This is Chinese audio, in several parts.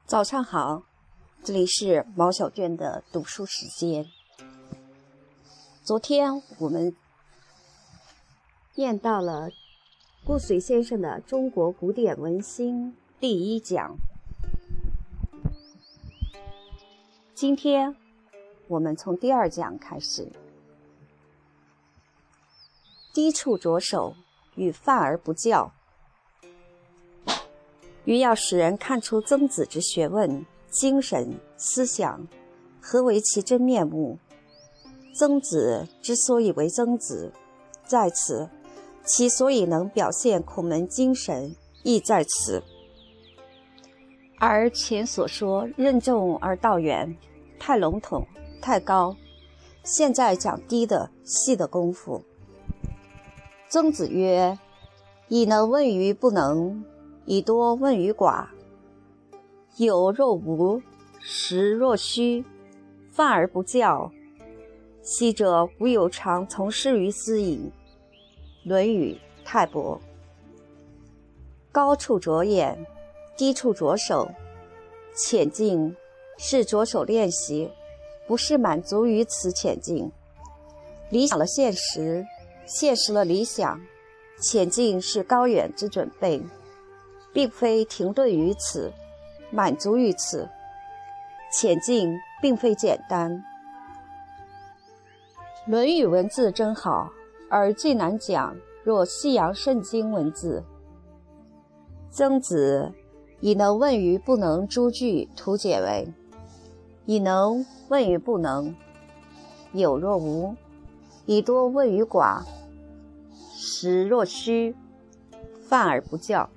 早上好，这里是毛小娟的读书时间。昨天我们念到了顾随先生的《中国古典文心》第1讲，今天我们从第2讲开始。低处着手与泛而不教，于要使人看出曾子之学问、精神、思想，何为其真面目。曾子之所以为曾子，在此；其所以能表现孔门精神，亦在此。而前所说任重而道远，太笼统，太高。现在讲低的、细的功夫。曾子曰：以能问于不能，以多问于寡。有若无，实若虚，泛而不教。昔者吾有常从事于斯矣。论语泰伯。高处着眼，低处着手。浅进是着手练习，不是满足于此浅进。理想了现实，现实了理想，前进是高远之准备，并非停顿于此，满足于此。前进并非简单。论语文字真好，而最难讲，若西洋圣经文字。曾子以能问于不能诸句图解为：以能问于不能，有若无；以多问于寡，实若虚，泛而不教。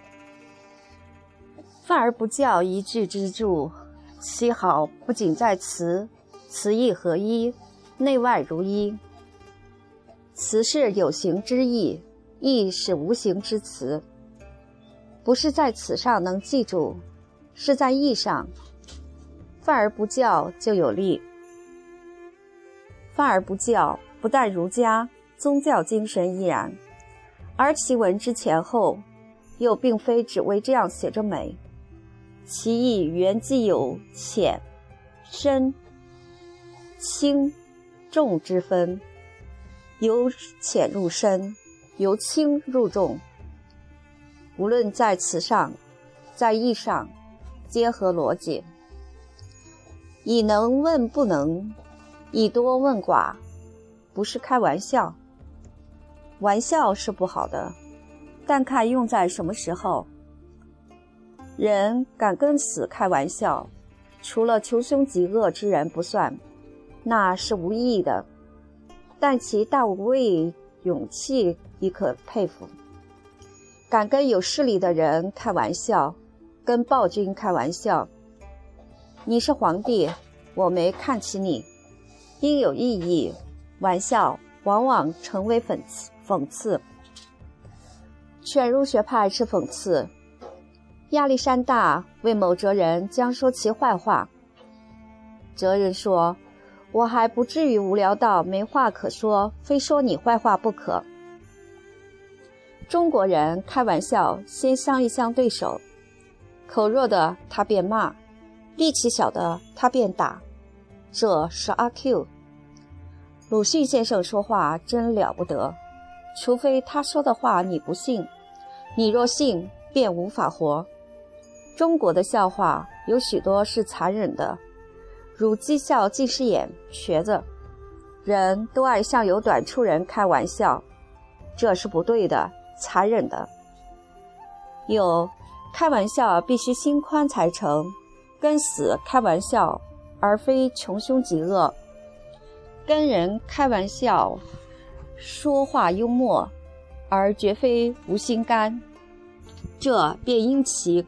泛而不教一句之助，其好不仅在词义合一，内外如一。词是有形之义，义是无形之词。不是在词上能记住，是在义上。泛而不教就有力。泛而不教不但儒家宗教精神依然，而其文之前后又并非只为这样写着美，其意原既有浅、深、轻、重之分，由浅入深，由轻入重。无论在词上，在意上，皆合逻辑。以能问不能，以多问寡，不是开玩笑。玩笑是不好的，但看用在什么时候。人敢跟死开玩笑，除了穷凶极恶之人不算，那是无意义的，但其大无畏勇气亦可佩服。敢跟有势力的人开玩笑，跟暴君开玩笑，你是皇帝，我没看起你，应有意义。玩笑往往成为讽刺。犬儒学派是讽刺。亚历山大为某哲人将说其坏话，哲人说：我还不至于无聊到没话可说，非说你坏话不可。中国人开玩笑先相一相对手，口弱的他便骂，力气小的他便打，这是阿 Q。 鲁迅先生说话真了不得，除非他说的话你不信，你若信便无法活。中国的笑话有许多是残忍的，如讥笑近视眼、瘸子，人都爱向有短处人开玩笑，这是不对的，残忍的。有开玩笑必须心宽才成，跟死开玩笑而非穷凶极恶。跟人开玩笑说话幽默，而绝非无心肝，这便因其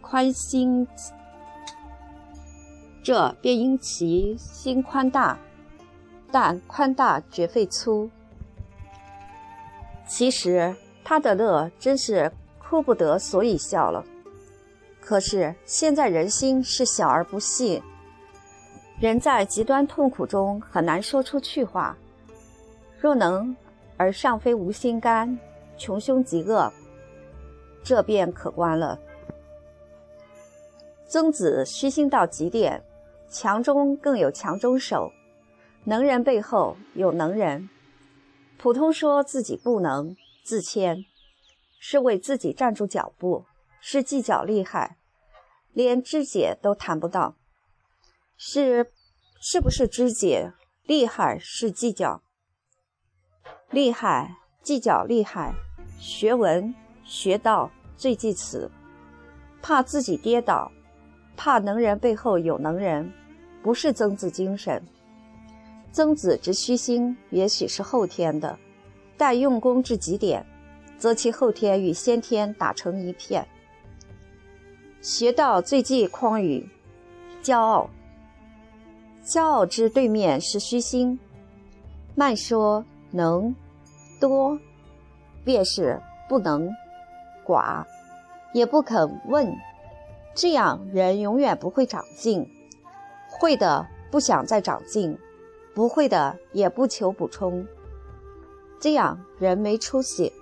心宽大，但宽大绝非粗。其实他的乐真是哭不得所以笑了。可是现在人心是小而不细，人在极端痛苦中很难说出去话，若能而尚非无心肝，穷凶极恶，这便可观了。 曾子虚心到极点，强中更有强中手，能人背后有能人。普通说自己不能，自谦，是为自己站住脚步，是计较厉害，连肢解都谈不到。是不是肢解？厉害是计较，厉害计较厉害，学文学道最忌此，怕自己跌倒，怕能人背后有能人，不是曾子精神。曾子之虚心也许是后天的，待用功至极点，则其后天与先天打成一片。学道最忌诳语，骄傲。骄傲之对面是虚心，慢说能多，便是不能寡，也不肯问，这样人永远不会长进，会的不想再长进，不会的也不求补充，这样人没出息。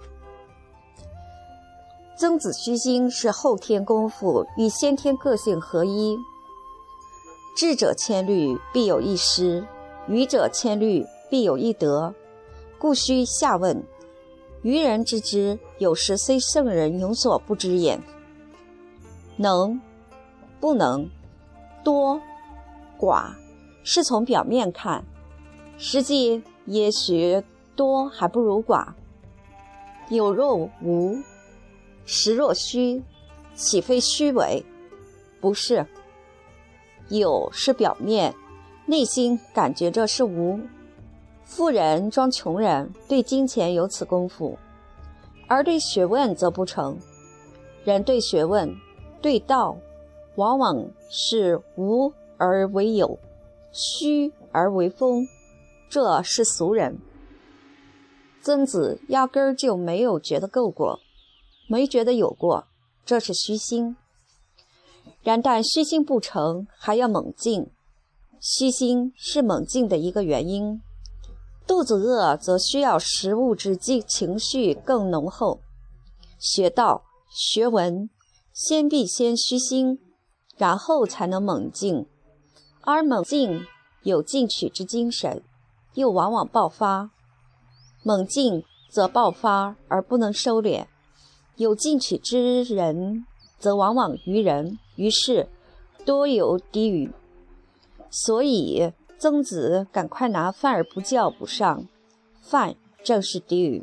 曾子虚心是后天功夫与先天个性合一。智者千虑，必有一失；愚者千虑，必有一得。故须下问。愚人之知，有时虽圣人有所不知也。能、不能、多、寡，是从表面看，实际也许多还不如寡。有若无，实若虚，岂非虚伪？不是。有是表面，内心感觉着是无。富人装穷人，对金钱有此功夫，而对学问则不成。人对学问、对道，往往是无而为有，虚而为风，这是俗人。曾子压根儿就没有觉得够过，没觉得有过，这是虚心。然但虚心不成，还要猛进。虚心是猛进的一个原因。肚子饿则需要食物之情绪更浓厚。学道、学文，先必先虚心，然后才能猛进。而猛进有进取之精神，又往往爆发。猛进则爆发而不能收敛，有进取之人则往往愚人，于是多有低语。所以曾子赶快拿犯而不教补上，犯正是低语。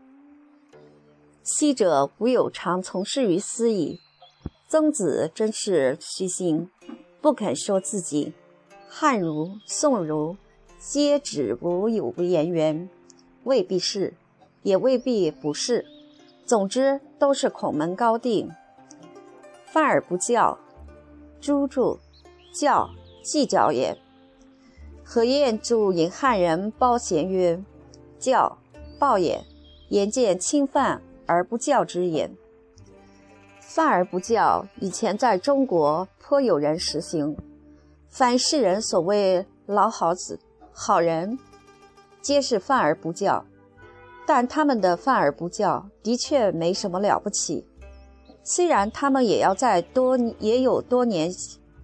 昔者无有常从事于斯矣。曾子真是虚心，不肯说自己。汉儒、宋儒皆指无有言源，未必是，也未必不是，总之都是孔门高第。犯而不教，诸注教，计较也。何晏注引汉人包贤曰：教，暴也，言见侵犯而不教之也。犯而不教，以前在中国颇有人实行。凡世人所谓老好子、好人，皆是犯而不教，但他们的犯而不教的确没什么了不起。虽然他们也要有多年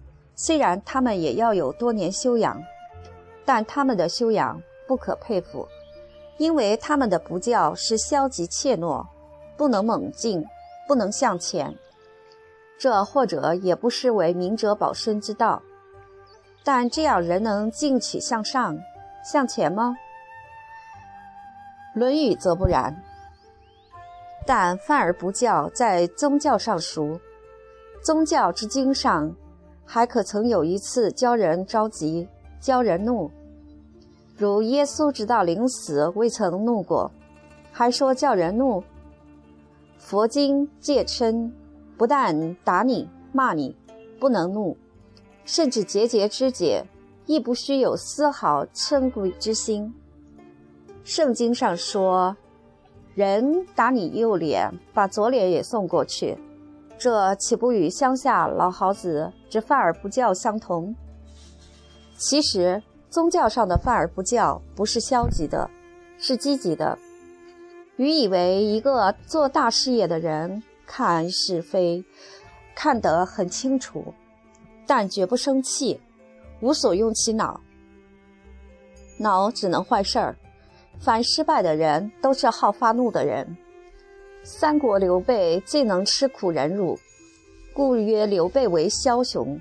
修养，但他们的修养不可佩服，因为他们的不教是消极怯懦，不能猛进，不能向前。这或者也不失为明哲保身之道，但这样人能进取向上、向前吗？《论语》则不然。但犯而不教在宗教上熟，宗教之经上还可曾有一次教人着急，教人怒，如耶稣直到临死未曾怒过，还说叫人怒。佛经戒嗔，不但打你骂你不能怒，甚至节节肢解，亦不须有丝毫嗔恚之心。圣经上说，人打你右脸，把左脸也送过去，这岂不与乡下老好子之犯而不教相同？其实宗教上的犯而不教不是消极的，是积极的。愚以为一个做大事业的人看是非， 看得很清楚，但绝不生气，无所用其脑。脑只能坏事儿，凡失败的人都是好发怒的人。三国刘备最能吃苦忍辱，故曰刘备为枭雄。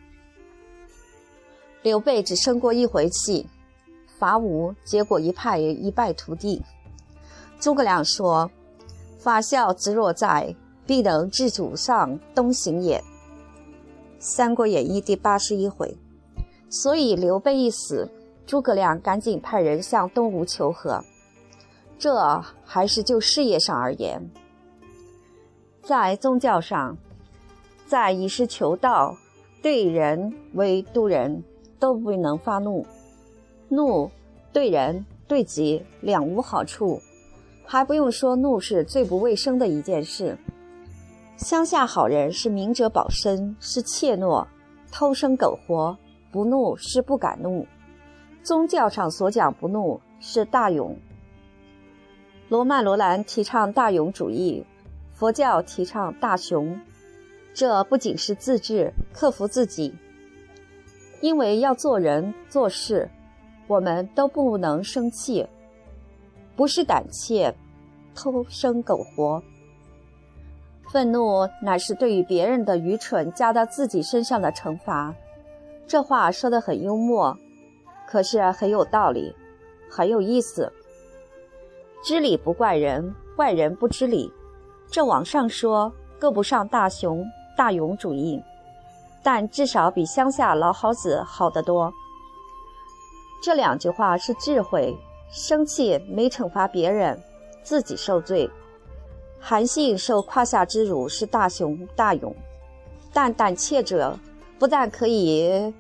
刘备只生过一回气，伐吴，结果一败涂地。诸葛亮说：“法孝之若在，必能置主上东行也。”三国演义第81回。所以刘备一死，诸葛亮赶紧派人向东吴求和。这还是就事业上而言。在宗教上，在以实求道，对人为度人，都不能发怒。怒对人对己两无好处，还不用说怒是最不卫生的一件事。乡下好人是明哲保身，是怯懦，偷生苟活；不怒是不敢怒。宗教上所讲不怒是大勇。罗曼·罗兰提倡大勇主义，佛教提倡大雄。这不仅是自治，克服自己。因为要做人做事，我们都不能生气，不是胆怯，偷生苟活。愤怒乃是对于别人的愚蠢加到自己身上的惩罚。这话说得很幽默，可是很有道理，很有意思。知理不怪人，怪人不知理，这往上说够不上大雄大勇主义，但至少比乡下老好子好得多。这两句话是智慧，生气没惩罚别人，自己受罪。韩信受胯下之辱是大雄大勇，但胆怯者不但可以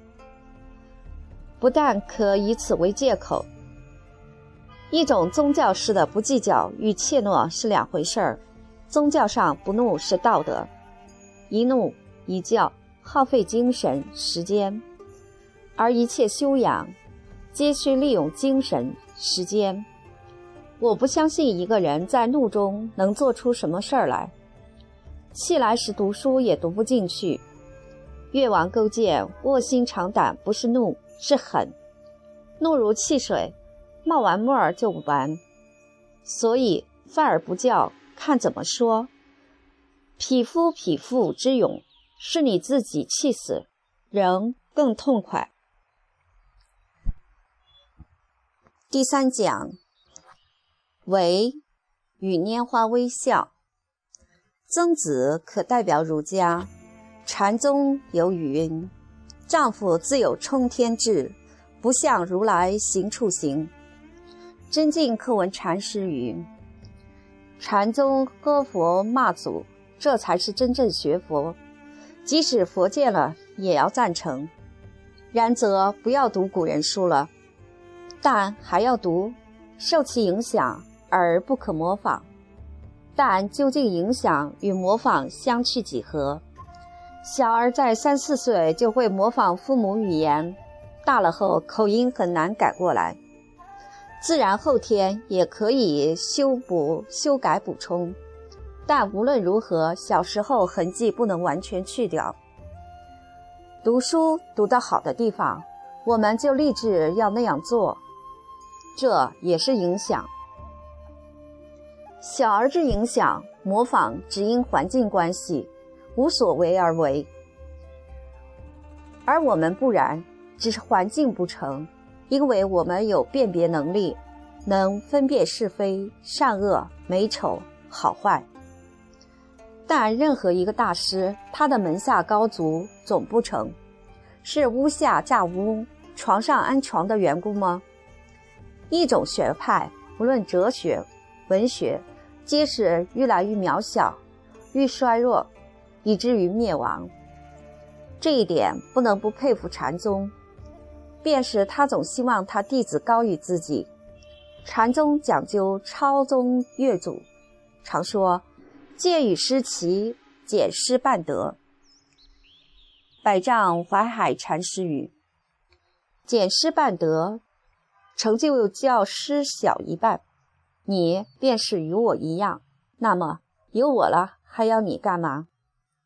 此为借口。一种宗教式的不计较与怯懦是两回事儿。宗教上不怒是道德，一怒一叫耗费精神时间，而一切修养皆需利用精神时间。我不相信一个人在怒中能做出什么事儿来，气来时读书也读不进去。越王勾践卧薪尝胆，不是怒，是狠。怒如汽水，冒完沫儿就完。所以犯而不教，看怎么说。匹夫匹妇之勇，是你自己气死，人更痛快。第三讲，为与拈花微笑。曾子可代表儒家。禅宗有语云：丈夫自有冲天志，不向如来行处行。真进课文禅师云：禅宗喝佛骂祖，这才是真正学佛，即使佛见了也要赞成。然则不要读古人书了，但还要读，受其影响而不可模仿。但究竟影响与模仿相去几何？小儿在3、4岁就会模仿父母语言，大了后口音很难改过来，自然后天也可以修改补充，但无论如何，小时候痕迹不能完全去掉。读书读得好的地方，我们就立志要那样做，这也是影响。小儿之影响，模仿只因环境关系，无所为而为。而我们不然，只是环境不成，因为我们有辨别能力，能分辨是非、善恶、美丑、好坏。但任何一个大师，他的门下高足总不成，是屋下架屋，床上安床的缘故吗？一种学派，无论哲学、文学，皆是愈来愈渺小，愈衰弱，以至于灭亡。这一点不能不佩服禅宗，便是他总希望他弟子高于自己。禅宗讲究超宗越祖，常说戒与失其减失半德。百丈怀海禅师语：减失半德，成就较失小一半，你便是与我一样，那么有我了，还要你干嘛？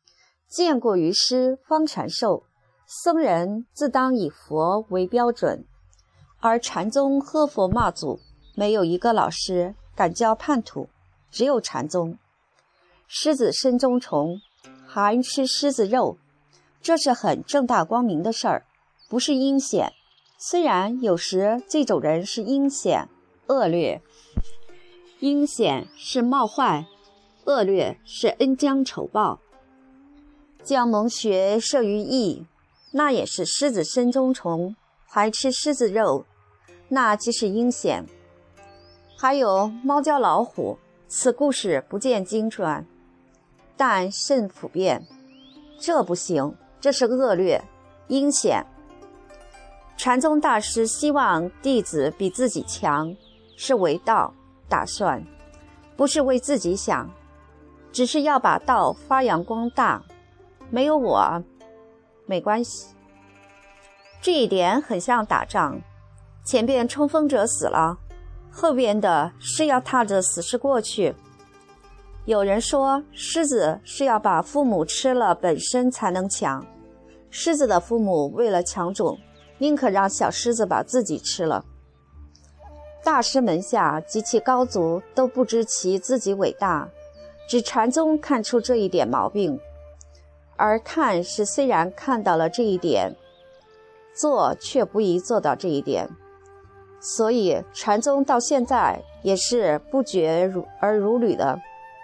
见过于师方传授，僧人自当以佛为标准，而禅宗喝佛骂祖，没有一个老师敢教叛徒，只有禅宗。狮子身中虫，还吃狮子肉，这是很正大光明的事儿，不是阴险。虽然有时这种人是阴险恶劣，阴险是冒坏，恶劣是恩将仇报。将蒙学摄于义，那也是狮子身中虫，还吃狮子肉，那即是阴险。还有猫教老虎，此故事不见经传，但甚普遍。这不行，这是恶劣阴险。禅宗大师希望弟子比自己强，是为道打算，不是为自己想，只是要把道发扬光大。没有我没关系。这一点很像打仗，前边冲锋者死了，后边的是要踏着死尸过去。有人说狮子是要把父母吃了本身才能强，狮子的父母为了强种，宁可让小狮子把自己吃了。大师门下及其高足都不知其自己伟大，只禅宗看出这一点毛病，而看是虽然看到了这一点，做却不宜做到这一点，所以禅宗到现在也是不绝而如履的。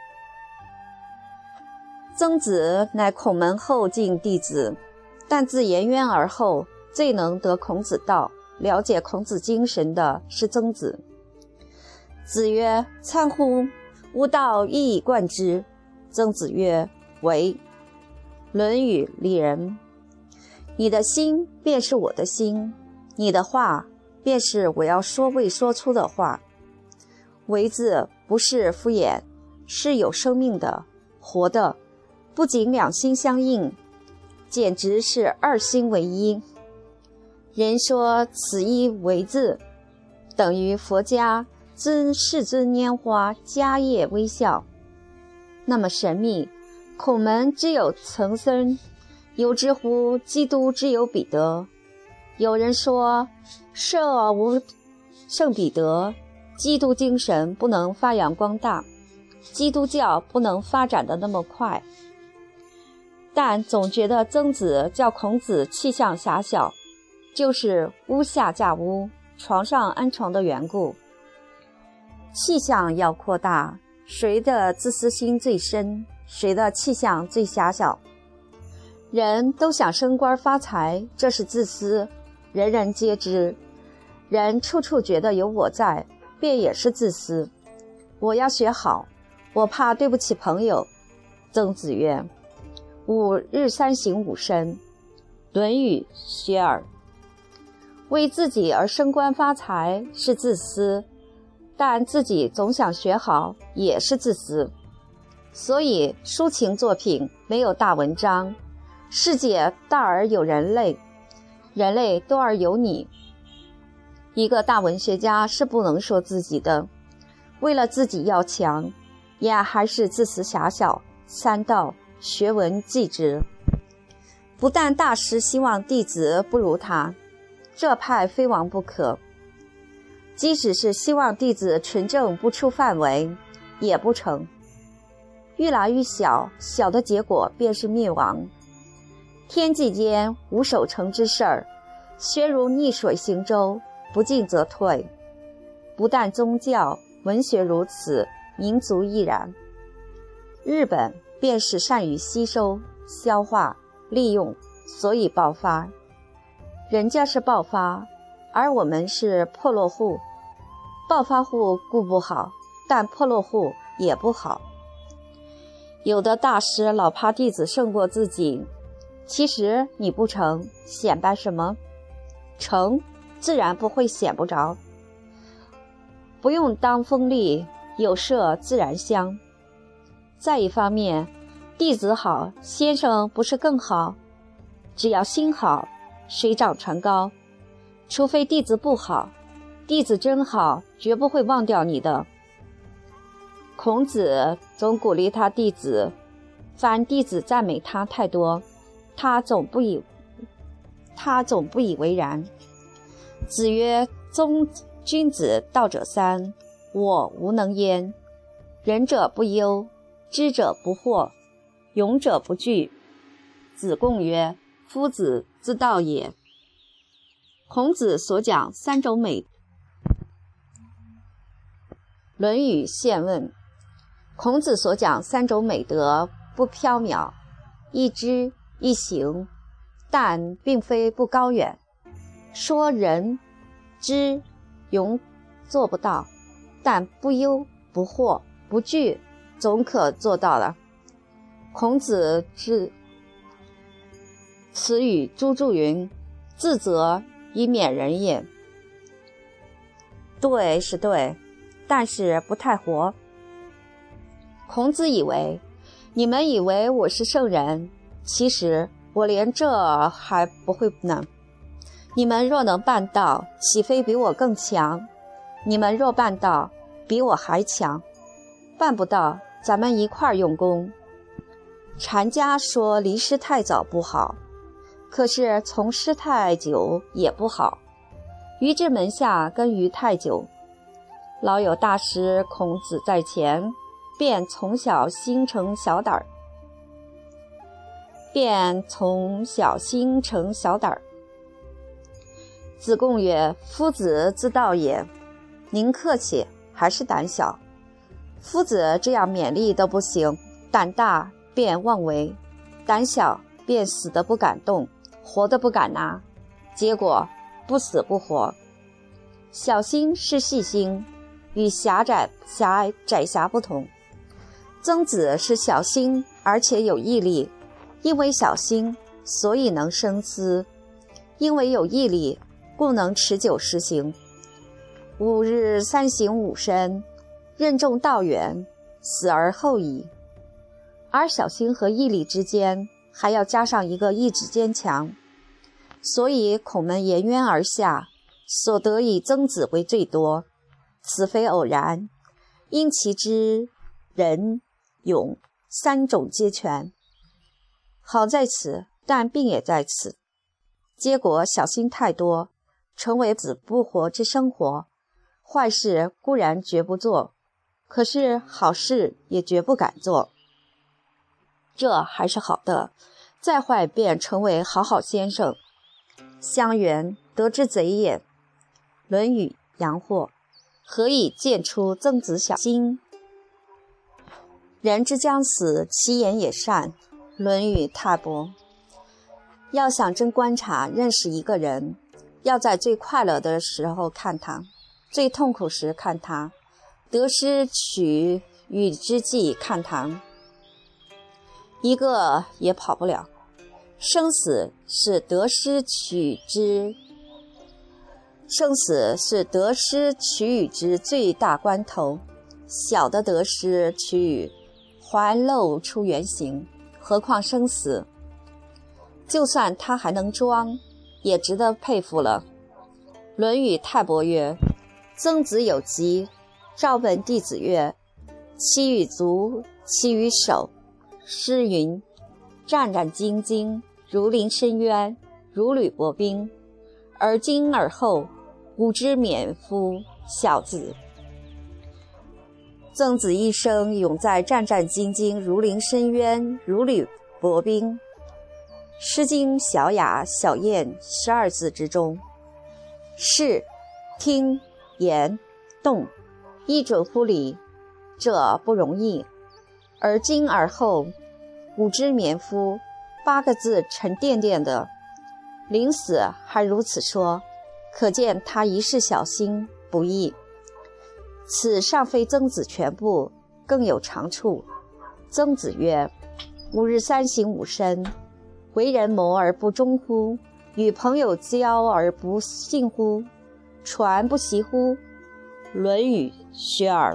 曾子乃孔门后进弟子，但自颜渊而后，最能得孔子道，了解孔子精神的是曾子。子曰：参乎，吾道一以贯之。曾子曰：为。论语里人。你的心便是我的心，你的话便是我要说未说出的话。为字不是敷衍，是有生命的，活的，不仅两心相应，简直是二心为一。人说此一为字，等于佛家尊世尊拈花，迦叶微笑，那么神秘。孔门之有曾僧，犹知乎基督之有彼得。有人说设无圣彼得，基督精神不能发扬光大，基督教不能发展得那么快。但总觉得曾子叫孔子气象狭小，就是屋下架屋，床上安床的缘故。气象要扩大，谁的自私心最深，谁的气象最狭小。人都想升官发财，这是自私，人人皆知。人处处觉得有我在，便也是自私。我要学好，我怕对不起朋友。曾子曰：吾日三省吾身。论语学而。为自己而升官发财是自私，但自己总想学好也是自私。所以抒情作品没有大文章，世界大而有人类，人类多而有你。一个大文学家是不能说自己的，为了自己要强，也还是自私狭小，三道学文继之。不但大师希望弟子不如他，这派非亡不可，即使是希望弟子纯正不出范围，也不成。愈来愈小，小的结果便是灭亡。天际间无守成之事儿，学如逆水行舟，不进则退。不但宗教文学如此，民族亦然。日本便是善于吸收、消化、利用，所以爆发。人家是爆发，而我们是破落户。暴发户顾不好，但破落户也不好。有的大师老怕弟子胜过自己，其实你不成，显摆什么？成，自然不会显不着。不用当锋利，有麝自然香。再一方面，弟子好，先生不是更好？只要心好，水涨船高。除非弟子不好，弟子真好，绝不会忘掉你的。孔子总鼓励他弟子凡弟子赞美他太多，他总不以为然。子曰：宗君子道者三，我无能焉。仁者不忧，知者不惑，勇者不惧。子贡曰：夫子之道也。孔子所讲三种美。论语宪问：孔子所讲三种美德不缥缈，一知一行，但并非不高远。说仁、知、勇做不到，但不忧、不惑、不惧总可做到了。孔子之此语朱注云：自责以免人也。对是对，但是不太活。孔子以为，你们以为我是圣人，其实我连这还不会呢。你们若能办到，岂非比我更强？你们若办到，比我还强。办不到，咱们一块儿用功。禅家说离师太早不好，可是从师太久也不好。于至门下跟于太久，老有大师孔子在前，便从小心成小胆儿。子贡曰：夫子之道也。您客气还是胆小？夫子这样勉励都不行，胆大便妄为，胆小便死得不敢动，活得不敢拿，结果不死不活。小心是细心，与狭窄不同。曾子是小心而且有毅力，因为小心所以能生思，因为有毅力故能持久实行。5日3省吾身，任重道远，死而后已。而小心和毅力之间还要加上一个意志坚强，所以孔门沿渊而下，所得以曾子为最多，此非偶然，因其之仁、勇三种皆全。好在此，但病也在此。结果小心太多，成为死不活之生活。坏事固然绝不做，可是好事也绝不敢做。这还是好的，再坏便成为好先生。襄原得之贼也。论语阳货，何以见出曾子小心？人之将死，其言也善。论语泰伯。要想真观察认识一个人，要在最快乐的时候看他，最痛苦时看他，得失取予之际看他，一个也跑不了。生死是得失取予之最大关头，小的得失取予还露出原形，何况生死？就算他还能装，也值得佩服了。论语泰伯曰：曾子有疾，召问弟子曰：其与足，其与手。诗云：战战兢兢，如临深渊，如履薄冰。而今而后，吾之免夫，小子。曾子一生永在战战兢兢，如临深渊，如履薄冰。诗经小雅小晏12字之中，视、听、言、动，一准乎礼，这不容易。而今而后，吾之免夫，8个字沉甸甸的，临死还如此说，可见他一世小心不易。此尚非曾子全部，更有长处。曾子曰：吾日3省吾身，为人谋而不忠乎？与朋友交而不信乎？传不习乎？论语学而。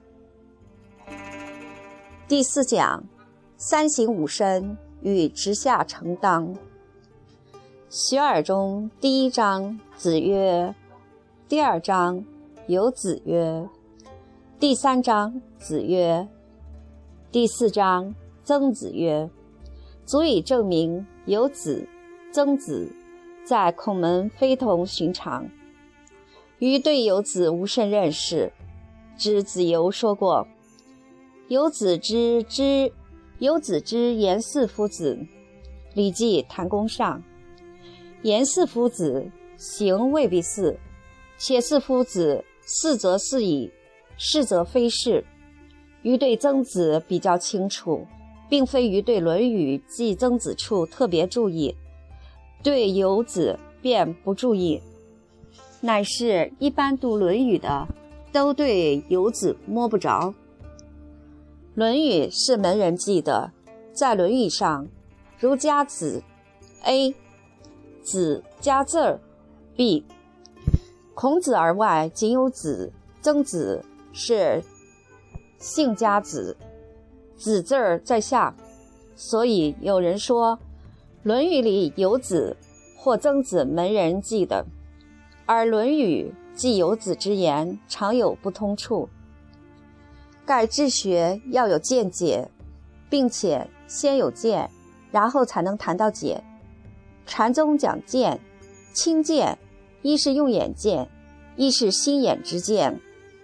第4讲3省吾身与直下承当。学而中第1章子曰，第2章有子曰，第3章子曰，第4章曾子曰：足以证明有子曾子在孔门非同寻常。余对有子无甚认识，知子游说过，有子之颜氏夫子，礼记谭公上。颜氏夫子，行未必似，且是夫子，是则是矣，是则非是。余对曾子比较清楚，并非余对《论语》记曾子处特别注意，对有子便不注意，乃是一般读《论语》的都对有子摸不着。《论语》是门人记的，在《论语》上，如加子 A， 子加字儿 B， 孔子而外仅有子，曾子是姓加子，子字儿在下，所以有人说《论语》里有子或曾子门人记的，而《论语》记有子之言常有不通处。盖治学要有见解，并且先有见，然后才能谈到解。禅宗讲见，亲见，一是用眼见，一是心眼之见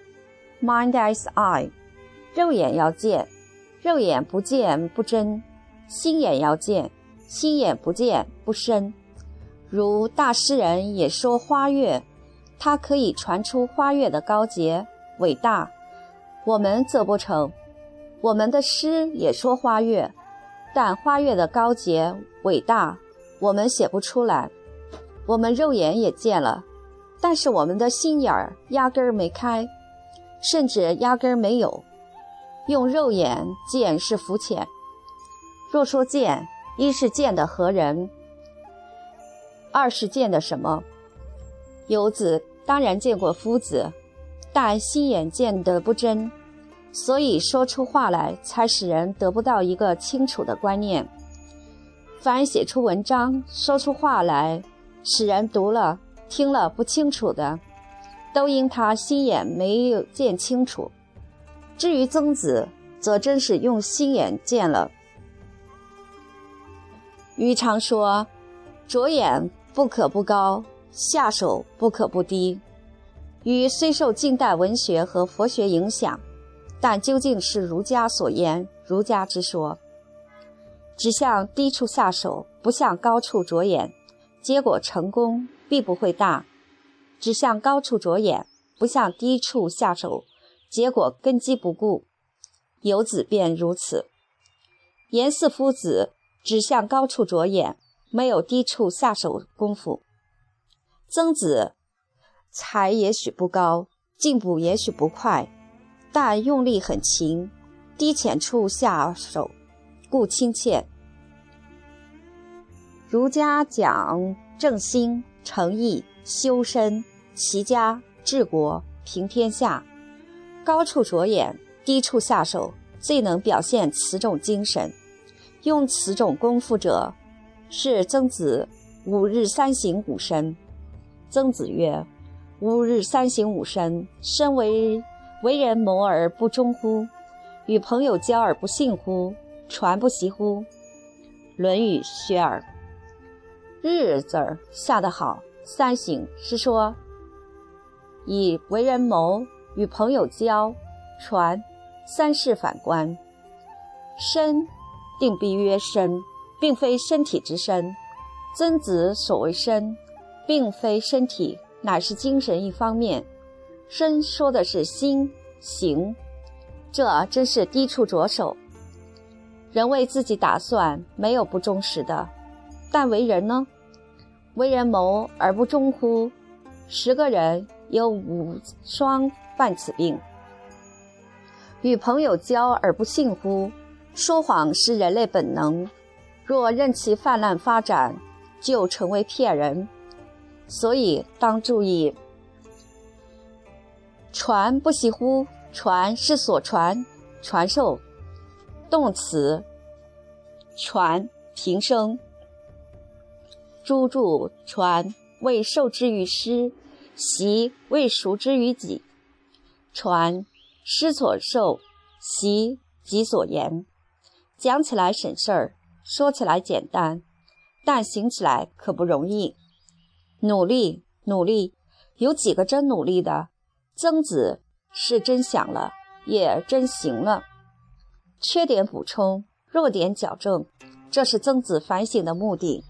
，mind as eye。肉眼要见，肉眼不见不真；心眼要见，心眼不见不深。如大诗人也说花月，它可以传出花月的高洁伟大，我们则不成。我们的诗也说花月，但花月的高洁伟大我们写不出来。我们肉眼也见了，但是我们的心眼儿压根儿没开，甚至压根儿没有。用肉眼见是肤浅。若说见，一是见的何人，二是见的什么。游子当然见过夫子，但心眼见得不真，所以说出话来才使人得不到一个清楚的观念。凡写出文章说出话来使人读了听了不清楚的，都因他心眼没有见清楚。至于曾子，则真是用心眼见了。余常说，着眼不可不高，下手不可不低。余虽受近代文学和佛学影响，但究竟是儒家所言，儒家之说。只向低处下手，不向高处着眼，结果成功必不会大；只向高处着眼，不向低处下手，结果根基不固。游子便如此。颜氏夫子只向高处着眼，没有低处下手功夫。曾子才也许不高，进步也许不快，但用力很勤，低浅处下手，故亲切。儒家讲正心、诚意、修身、齐家、治国、平天下，高处着眼，低处下手，最能表现此种精神。用此种功夫者，是曾子5日3省吾身。曾子曰：5日3省吾身，身为人谋而不忠乎？与朋友交而不信乎？传不习乎？论语学而。日字儿下得好，3省是说以为人谋，与朋友交，传三事反观。身定必曰身，并非身体之身。曾子所谓身，并非身体，乃是精神一方面。身说的是心行，这真是低处着手。人为自己打算，没有不忠实的，但为人呢？为人谋而不忠乎？10个人有5双犯此病。与朋友交而不信乎？说谎是人类本能，若任其泛滥发展，就成为骗人。所以当注意。传不习乎？传是所传，传授。动词传，平声。诸著传，为授之于师，习为熟之于己。传，师所授，习己所言。 讲起来省事儿，说起来简单，但行起来可不容易。努力，努力，有几个真努力的？曾子是真想了，也真行了。缺点补充，弱点矫正，这是曾子反省的目的。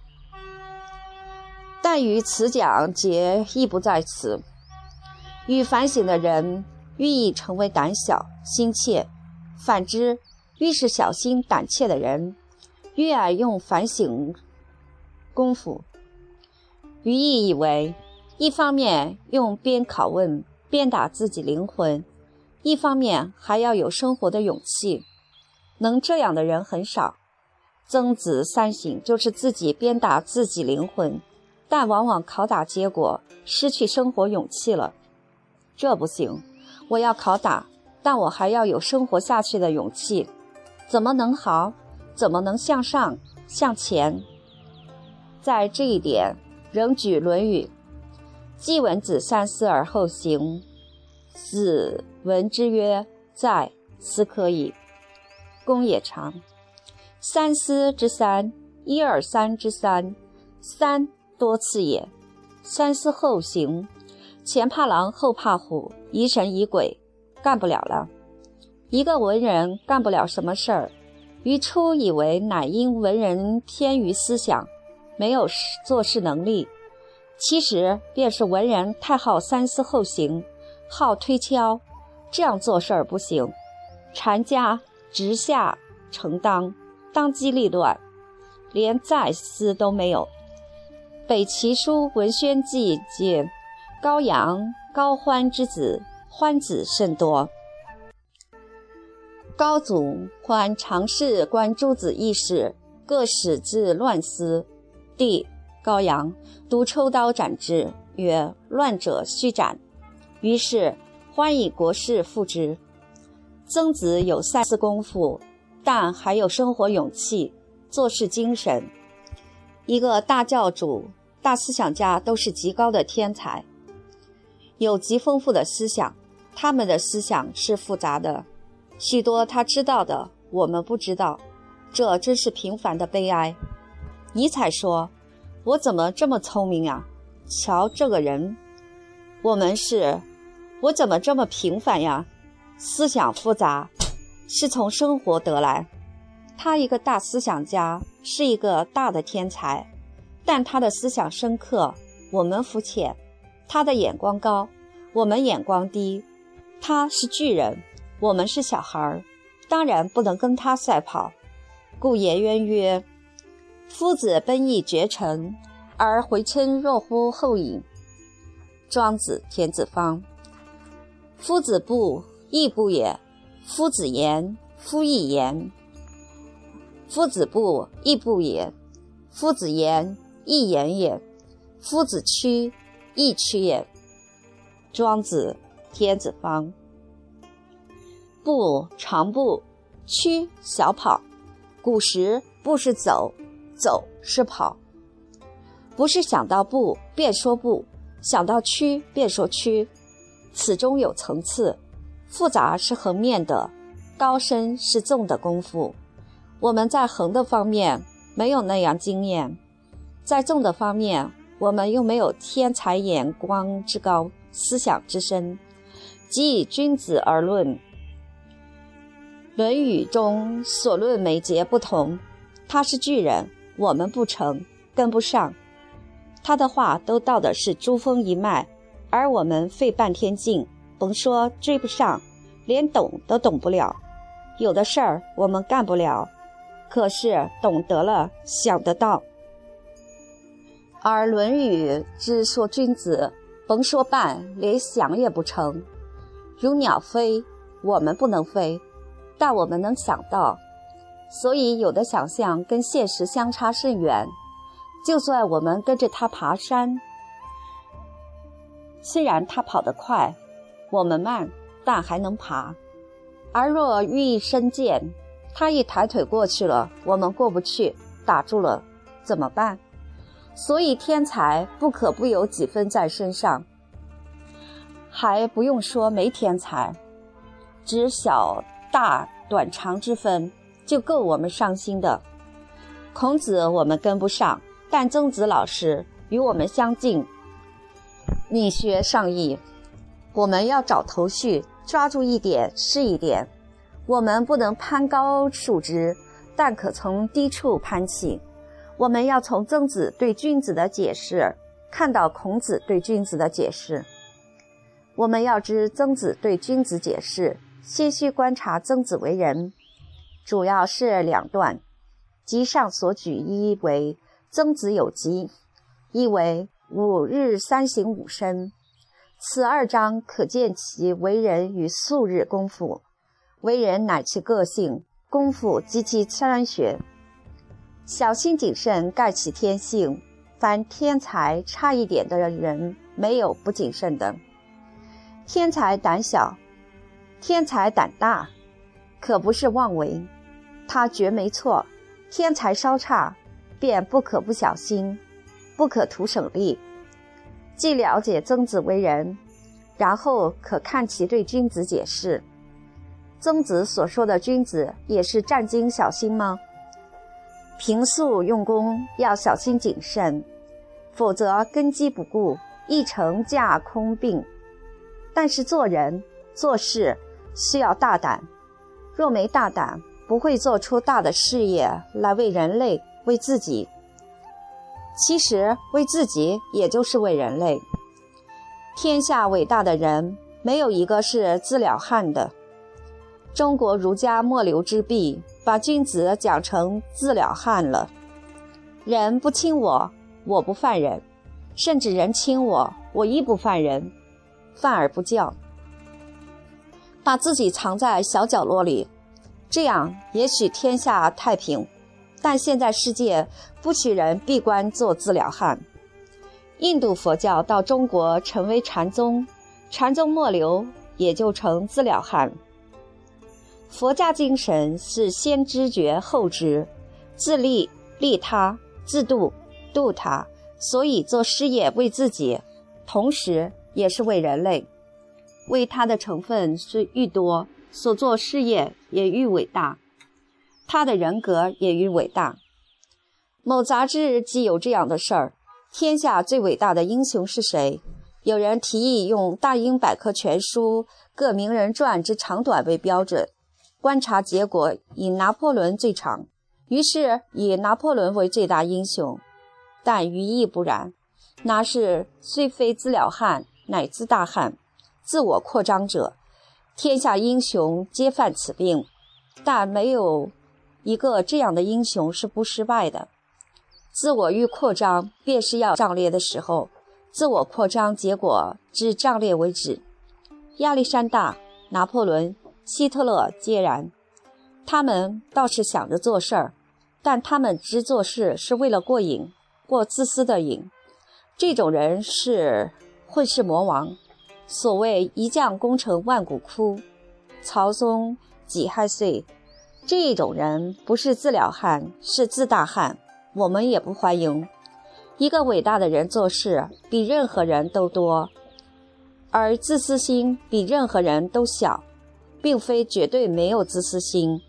但于此讲节亦不在此。愈反省的人，愈易成为胆小心切；反之，愈是小心胆怯的人，愈爱用反省功夫。于意以为，一方面用边拷问鞭打自己灵魂，一方面还要有生活的勇气。能这样的人很少。曾子三省就是自己鞭打自己灵魂，但往往拷打结果失去生活勇气了。这不行，我要拷打，但我还要有生活下去的勇气。怎么能好？怎么能向上向前？在这一点仍举《论语》，季文子三思而后行，子闻之曰：在，斯可矣。公也长。三思之三，一二三之三，三多次也。三思后行，前怕狼后怕虎，疑神疑鬼，干不了了。一个文人干不了什么事儿，于初以为乃因文人偏于思想，没有做事能力，其实便是文人太好三思后行，好推敲，这样做事儿不行。禅家直下承当，当机立断，连再思都没有。北齐书文宣记见高阳、高欢之子，欢子甚多。高祖欢常事观诸子议事，各使之乱思。帝高阳独抽刀斩之，曰：乱者须斩。于是欢以国事复之。曾子有三思功夫，但还有生活勇气，做事精神。一个大教主、大思想家都是极高的天才，有极丰富的思想，他们的思想是复杂的，许多他知道的我们不知道，这真是平凡的悲哀。尼采说：我怎么这么聪明啊？瞧这个人。我们是：我怎么这么平凡呀？思想复杂，是从生活得来。他一个大思想家，是一个大的天才，但他的思想深刻，我们肤浅；他的眼光高，我们眼光低。他是巨人，我们是小孩，当然不能跟他赛跑。故颜渊曰：夫子奔逸绝尘，而回嗔若乎后隐。庄子田子方。夫子不，亦不也；夫子言，夫亦言。夫子不，亦不也；夫子言，亦言也。夫子趋，亦趋也。庄子天子方。步长步，趋小跑。古时步是走，走是跑。不是想到步便说步，想到趋便说趋，此中有层次，复杂是横面的，高深是纵的功夫。我们在横的方面没有那样经验，在纵的方面我们又没有天才眼光之高，思想之深。即以君子而论，论语中所论每节不同，他是巨人，我们不成，跟不上。他的话都到的是珠峰一脉，而我们费半天劲，甭说追不上，连懂都懂不了。有的事儿我们干不了，可是懂得了，想得到。而《论语》之说君子，甭说办，连想也不成。如鸟飞，我们不能飞，但我们能想到，所以有的想象跟现实相差甚远。就算我们跟着他爬山，虽然他跑得快，我们慢，但还能爬。而若遇一身箭，他一抬腿过去了，我们过不去，打住了，怎么办？所以天才不可不有几分在身上，还不用说没天才，只小大短长之分， 就够我们伤心的。孔子我们跟不上，但曾子老师与我们相近，理学上意，我们要找头绪，抓住一点是一点。我们不能攀高树枝，但可从低处攀起。我们要从曾子对君子的解释看到孔子对君子的解释。我们要知曾子对君子解释，先须观察曾子为人，主要是两段。即上所举，一为曾子有疾，一为5日3省吾身。此2章可见其为人与素日功夫。为人乃其个性，功夫及其参学。小心谨慎盖其天性，凡天才差一点的人，没有不谨慎的。天才胆小，天才胆大，可不是妄为，他绝没错。天才稍差，便不可不小心，不可图省力。既了解曾子为人，然后可看其对君子解释。曾子所说的君子，也是战经小心吗？平素用功要小心谨慎，否则根基不固，一成架空病。但是做人做事需要大胆，若没大胆，不会做出大的事业来为人类，为自己。其实为自己也就是为人类。天下伟大的人，没有一个是自了汉的。中国儒家末流之弊，把君子讲成自了汉了。人不亲我，我不犯人；甚至人亲我，我亦不犯人，犯而不教，把自己藏在小角落里，这样也许天下太平。但现在世界不许人闭关做自了汉。印度佛教到中国成为禅宗，禅宗末流也就成自了汉。佛家精神是先知觉后知，自利利他，自度度他，所以做事业为自己，同时也是为人类。为他的成分是愈多，所做事业也愈伟大，他的人格也愈伟大。某杂志既有这样的事儿，天下最伟大的英雄是谁？有人提议用大英百科全书各名人传之长短为标准，观察结果以拿破仑最长，于是以拿破仑为最大英雄。但于亦不然，那是虽非自了汉，乃自大汉，自我扩张者。天下英雄皆犯此病，但没有一个这样的英雄是不失败的。自我欲扩张，便是要壮烈的时候，自我扩张结果至壮烈为止。亚历山大、拿破仑、希特勒皆然。他们倒是想着做事儿，但他们只做事是为了过瘾，过自私的瘾。这种人是混世魔王。所谓一将功成万骨枯，曹嵩己亥岁。这种人不是自了汉，是自大汉，我们也不欢迎。一个伟大的人做事比任何人都多，而自私心比任何人都小，并非绝对没有自私心。